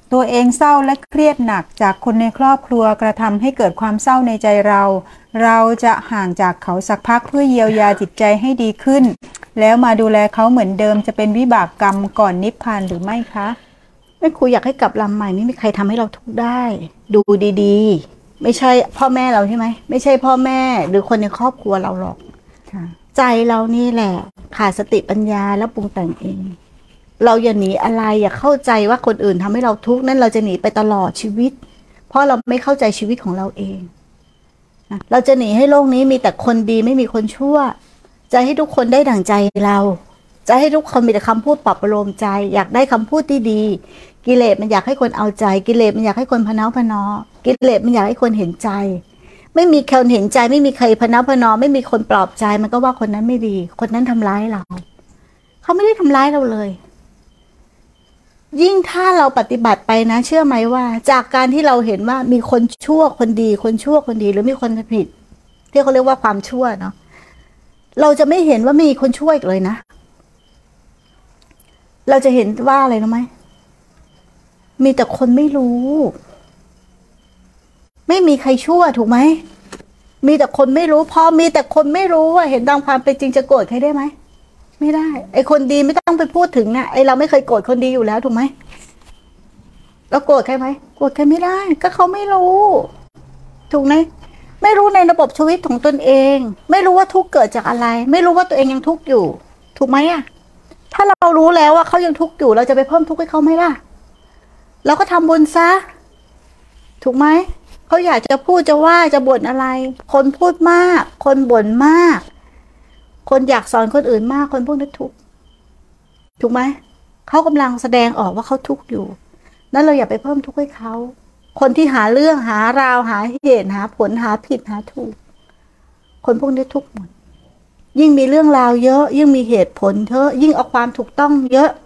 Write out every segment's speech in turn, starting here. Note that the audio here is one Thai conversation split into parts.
ตัวเองเศร้าและเครียดหนักจากคนในครอบครัวกระทำให้เกิดความเศร้าในใจเราจะห่างจากเขาสักพักเพื่อเยียวยาจิตใจให้ดีขึ้นแล้วมาดูแลเขาเหมือนเดิมจะเป็นวิบากกรรมก่อนนิพพานหรือไม่คะแม่ครูอยากให้กลับลำใหม่ไม่มีใครทำให้เราทุกข์ได้ดูดีๆไม่ใช่พ่อแม่เราใช่ไหมไม่ใช่พ่อแม่หรือคนในครอบครัวเราหรอกใจเรานี่แหละขาดสติปัญญาแล้วปรุงแต่งเองเราอย่าหนีอะไรอย่าเข้าใจว่าคนอื่นทำให้เราทุกข์นั่นเราจะหนีไปตลอดชีวิตเพราะเราไม่เข้าใจชีวิตของเราเองเราจะหนีให้โลกนี้มีแต่คนดีไม่มีคนชั่วจะให้ทุกคนได้ดั่งใจเราจะให้ทุกคนมีแต่คำพูดปลอบประโลมใจอยากได้คำพูดที่ดีกิเลสมันอยากให้คนเอาใจกิเลสมันอยากให้คนพะเนาพะนอกิเลสมันอยากให้คนเห็นใจไม่มีคนเห็นใจไม่มีใครพะเนาพะนอไม่มีคนปลอบใจมันก็ว่าคนนั้นไม่ดีคนนั้นทำร้ายเราเขาไม่ได้ทำร้ายเราเลยยิ่งถ้าเราปฏิบัติไปนะเชื่อไหมว่าจากการที่เราเห็นว่ามีคนชั่วคนดีคนชั่วคนดีหรือมีคนผิดที่เขาเรียกว่าความชั่วเนาะเราจะไม่เห็นว่ามีคนชั่วอีกเลยนะเราจะเห็นว่าอะไรรู้ไหมมีแต่คนไม่รู้ไม่มีใครชั่วถูกไหมมีแต่คนไม่รู้พอมีแต่คนไม่รู้ว่าเห็นตามความเป็นจริงจะโกรธใครได้ไหมไม่ได้ไอ้คนดีไม่ต้องไปพูดถึงนะไอ้เราไม่เคยโกรธคนดีอยู่แล้วถูกไหมเราโกรธใครไหมโกรธใครไม่ได้ก็เขาไม่รู้ถูกไหมไม่รู้ในระบบชีวิตของตนเองไม่รู้ว่าทุกข์เกิดจากอะไรไม่รู้ว่าตัวเองยังทุกข์อยู่ถูกไหมอะถ้าเรารู้แล้วว่าเขายังทุกข์อยู่เราจะไปเพิ่มทุกข์ให้เขาไหมล่ะเราก็ทำบุญซะถูกไหมเขาอยากจะพูดจะว่าจะบ่นอะไรคนพูดมากคนบ่นมากคนอยากสอนคนอื่นมากคนพวกนั้นทุกข์ถูกไหมเขากำลังแสดงออกว่าเขาทุกข์อยู่นั้นเราอย่าไปเพิ่มทุกข์ให้เขาคนที่หาเรื่องหาราวหาเหตุหาผลหาผิดหาถูกคนพวกนี้ทุกข์หมดยิ่งมีเรื่องราวเยอะยิ่งมีเหตุผลเยอะยิ่งเอาความถูกต้องเยอะ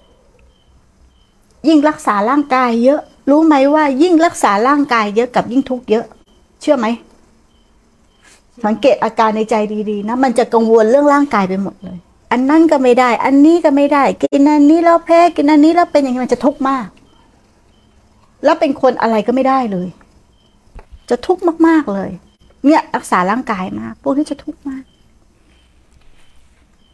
ยิ่งรักษาร่างกายเยอะรู้ไหมว่ายิ่งรักษาร่างกายเยอะกับยิ่งทุกข์เยอะเชื่อไหมสังเกตอาการในใจดีๆนะมันจะกังวลเรื่องร่างกายไปหมดเลยอันนั้นก็ไม่ได้อันนี้ก็ไม่ได้กินอันนี้แล้วแพ้กินอันนี้แล้วเป็นอย่างนี้มันจะทุกข์มากแล้วเป็นคนอะไรก็ไม่ได้เลยจะทุกข์มากๆเลยเนี่ยรักษาร่างกายมากพวกนี้จะทุกข์มาก